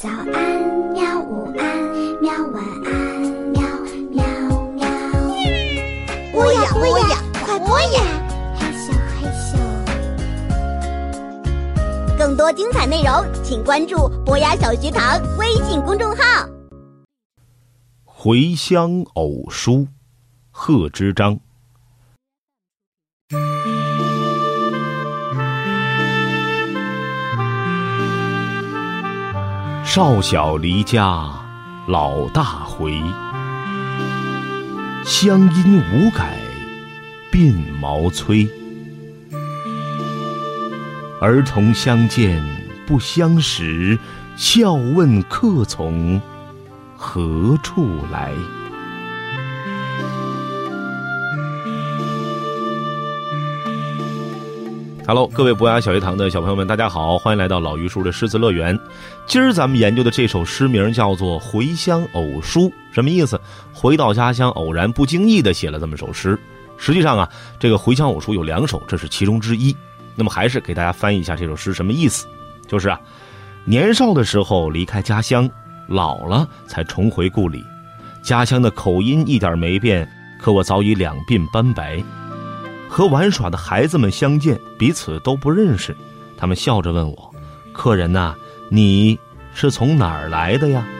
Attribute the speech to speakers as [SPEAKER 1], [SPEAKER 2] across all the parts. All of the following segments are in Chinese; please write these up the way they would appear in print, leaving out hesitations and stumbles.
[SPEAKER 1] 早安喵，午安喵，晚安喵喵喵。
[SPEAKER 2] 播呀播呀，快播呀！
[SPEAKER 1] 嘿咻嘿咻。
[SPEAKER 2] 更多精彩内容，请关注博雅小学堂微信公众号。
[SPEAKER 3] 回乡偶书，贺知章。少小离家老大回，乡音无改鬓毛衰。儿童相见不相识，笑问客从何处来。Hello， 各位博雅小学堂的小朋友们，大家好，欢迎来到老于叔的诗词乐园。今儿咱们研究的这首诗名叫做《回乡偶书》，什么意思？回到家乡，偶然不经意的写了这么首诗。实际上啊，这个《回乡偶书》有2首，这是其中之一。那么还是给大家翻译一下这首诗什么意思，就是啊，年少的时候离开家乡，老了才重回故里，家乡的口音一点没变，可我早已两鬓斑白。和玩耍的孩子们相见，彼此都不认识，他们笑着问我：“客人呐，你是从哪儿来的呀？”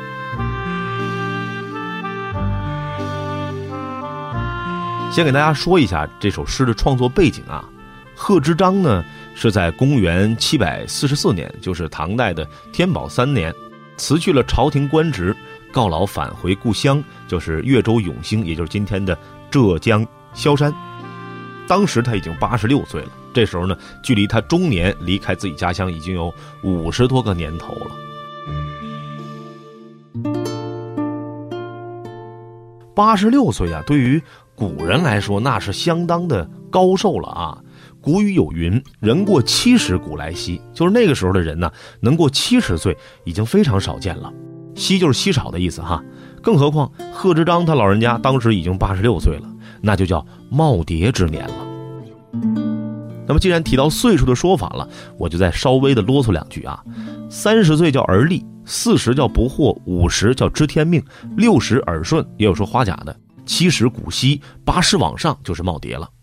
[SPEAKER 3] 先给大家说一下这首诗的创作背景啊。贺知章呢是在公元744年，就是唐代的天宝3年，辞去了朝廷官职，告老返回故乡，就是越州永兴，也就是今天的浙江萧山。当时他已经86岁了，这时候呢，距离他中年离开自己家乡已经有50多个年头了。86岁啊，对于古人来说那是相当的高寿了啊。古语有云，人过70古来稀，就是那个时候的人呢，能过70岁已经非常少见了。稀就是稀少的意思哈。更何况贺知章他老人家当时已经86岁了，那就叫耄耋之年了。那么既然提到岁数的说法了，我就再稍微的啰嗦2句啊。30岁叫而立，40叫不惑，50叫知天命，60耳顺，也有说花甲的，70古稀，80往上就是耄耋了。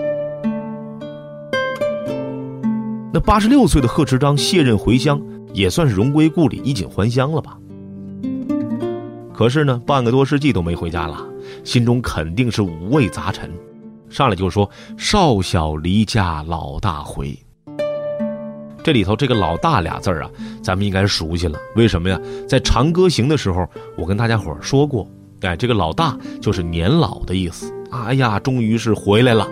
[SPEAKER 3] 那86岁的贺知章卸任回乡，也算是荣归故里，衣锦还乡了吧。可是呢，半个多世纪都没回家了，心中肯定是五味杂陈。上来就说少小离家老大回，这里头这个老大俩字啊，咱们应该熟悉了。为什么呀？在长歌行的时候，我跟大家伙说过，这个老大就是年老的意思。哎呀，终于是回来了。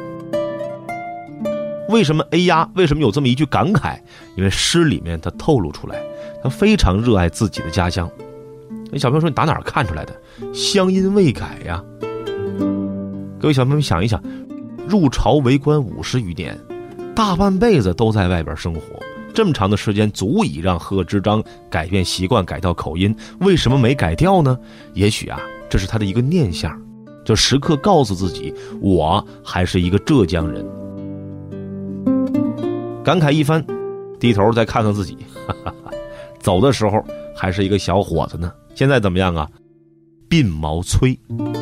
[SPEAKER 3] 为什么哎呀？为什么有这么一句感慨？因为诗里面他透露出来，他非常热爱自己的家乡。小朋友说，你打哪儿看出来的？乡音未改呀。各位小朋友想一想，入朝为官50余年，大半辈子都在外边生活，这么长的时间足以让贺知章改变习惯，改掉口音。为什么没改掉呢？也许啊，这是他的一个念想，就时刻告诉自己，我还是一个浙江人。感慨一番，低头再看看自己，走的时候还是一个小伙子呢。现在怎么样啊？鬓毛衰。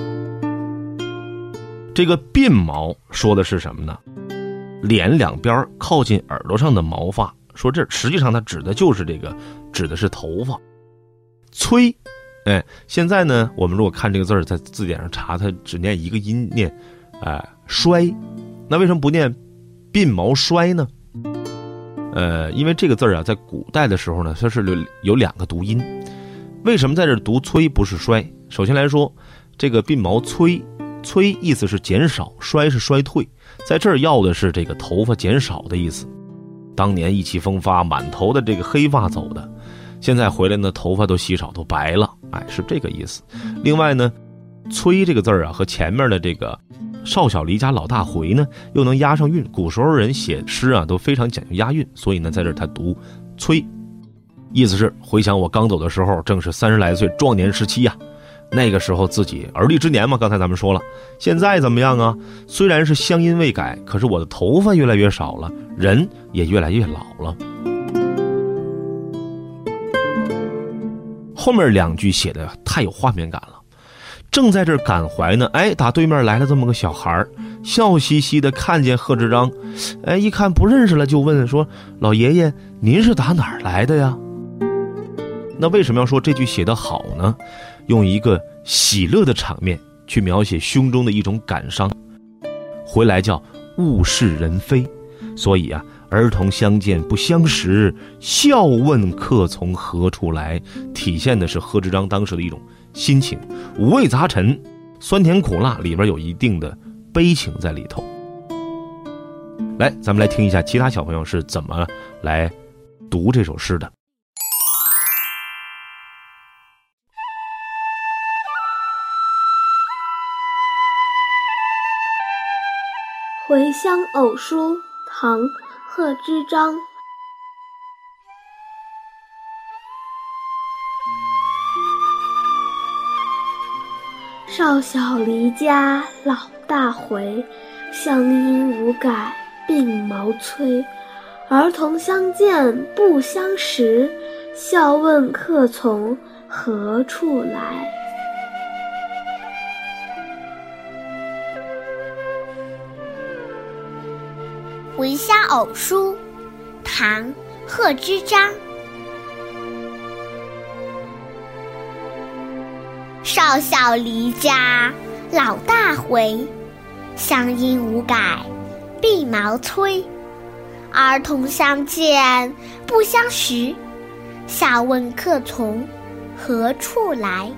[SPEAKER 3] 这个鬓毛说的是什么呢？脸两边靠近耳朵上的毛发，说这实际上它指的就是指的是头发。催，现在呢，我们如果看这个字儿，在字典上查，它只念一个音，念衰。那为什么不念鬓毛衰呢？因为这个字啊，在古代的时候呢，它是有2个读音。为什么在这读催不是衰？首先来说，这个鬓毛催意思是减少，衰是衰退，在这儿要的是这个头发减少的意思。当年意气风发，满头的这个黑发走的，现在回来呢，头发都稀少，都白了，是这个意思。另外呢，催这个字啊，和前面的这个少小离家老大回呢，又能押上韵。古时候人写诗啊，都非常讲究押韵，所以呢，在这儿他读催，意思是回想我刚走的时候，正是30来岁壮年时期呀。那个时候自己而立之年嘛，刚才咱们说了。现在怎么样啊？虽然是乡音未改，可是我的头发越来越少了，人也越来越老了。 后面2句写的太有画面感了。正在这儿感怀呢，打对面来了这么个小孩，笑嘻嘻的看见贺知章，一看不认识了，就问说：“老爷爷，您是打哪儿来的呀？”那为什么要说这句写得好呢？用一个喜乐的场面去描写胸中的一种感伤，回来叫物是人非。所以儿童相见不相识，笑问客从何处来，体现的是贺知章当时的一种心情，五味杂陈，酸甜苦辣，里边有一定的悲情在里头。来，咱们来听一下其他小朋友是怎么来读这首诗的。
[SPEAKER 4] 回乡偶书，唐·贺知章。少小离家老大回，乡音无改鬓毛衰。儿童相见不相识，笑问客从何处来。
[SPEAKER 2] 回乡偶书，唐·贺知章。少小离家老大回，乡音无改鬓毛衰。儿童相见不相识，笑问客从何处来。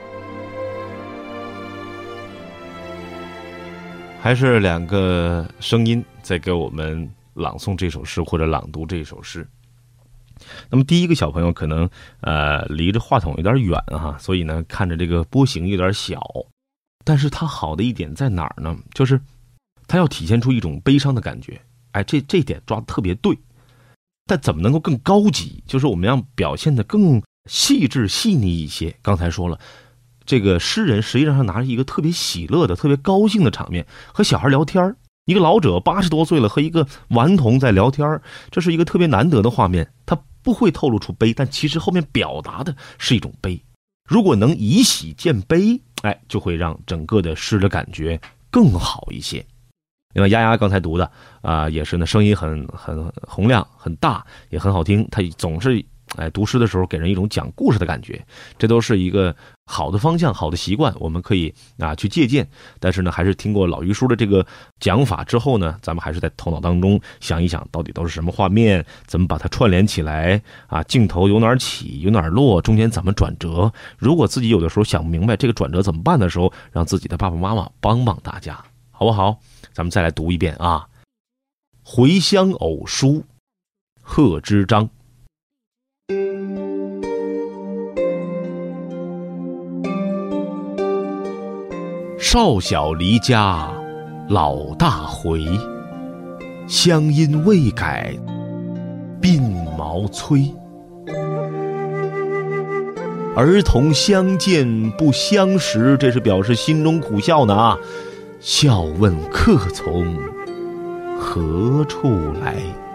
[SPEAKER 3] 还是2个声音在给我们朗诵这首诗或者朗读这首诗。那么第一个小朋友可能离着话筒有点远所以呢看着这个波形有点小，但是它好的一点在哪儿呢？就是它要体现出一种悲伤的感觉。这点抓得特别对。但怎么能够更高级？就是我们要表现得更细致细腻一些。刚才说了，这个诗人实际上是拿着一个特别喜乐的、特别高兴的场面和小孩聊天，一个老者80多岁了和一个顽童在聊天，这是一个特别难得的画面。他不会透露出悲，但其实后面表达的是一种悲。如果能以喜见悲，就会让整个的诗的感觉更好一些。另外，丫丫刚才读的也是呢，声音很洪亮、很大，也很好听。他总是读诗的时候给人一种讲故事的感觉，这都是一个好的方向、好的习惯，我们可以去借鉴。但是呢，还是听过老于叔的这个讲法之后呢，咱们还是在头脑当中想一想，到底都是什么画面，怎么把它串联起来镜头由哪儿起，由哪儿落，中间怎么转折。如果自己有的时候想不明白这个转折怎么办的时候，让自己的爸爸妈妈帮帮大家，好不好？咱们再来读一遍回乡偶书，贺知章。少小离家老大回，乡音未改鬓毛衰。儿童相见不相识，这是表示心中苦笑呢笑问客从何处来。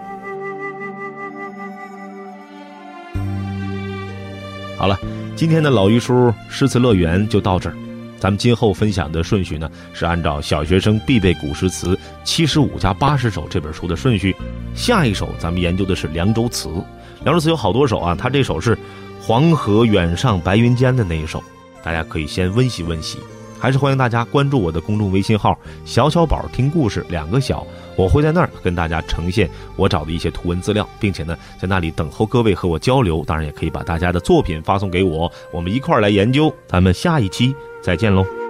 [SPEAKER 3] 好了，今天的老于叔诗词乐园就到这儿。咱们今后分享的顺序呢，是按照小学生必备古诗词75加80首这本书的顺序。下一首咱们研究的是凉州词。凉州词有好多首它这首是黄河远上白云间的那一首，大家可以先温习温习。还是欢迎大家关注我的公众微信号小小宝听故事2个小，我会在那儿跟大家呈现我找的一些图文资料，并且呢在那里等候各位和我交流。当然也可以把大家的作品发送给我，我们一块儿来研究。咱们下一期再见喽。